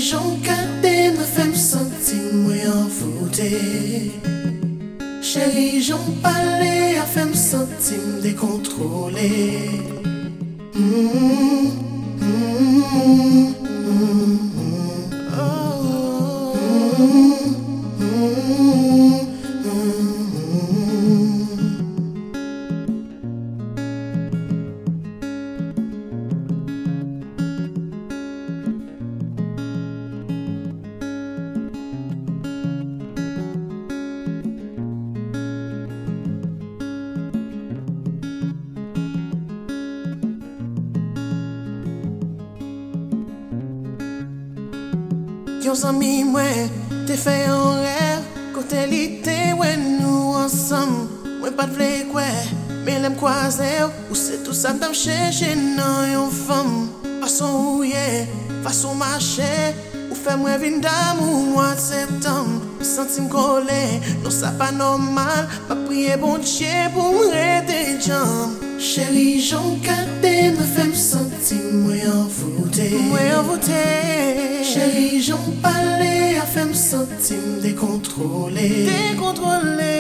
j'en gardé me fait me sentir moins envoûté. Chérie, j'en parlais a fait me sentir décontrôlé. Yon ami moi, t'es fait un rêve, côté l'été, ouais, nous ensemble. Moi, pas de vle quoi, mais l'aime croiser, ou c'est tout ça m'dam chercher dans yon femme. Façon où yeah, façon marcher, ou fait moi vin d'amour, mois de septembre. Senti m'coller, non ça pas normal, pas prier bon Dieu pour m'arrêter jambes. Chérie, j'en gardé me fait me sentir moins envoûté. Moins envoûté. Chérie, j'en parlais a fait me sentir décontrôlé. Décontrôlé.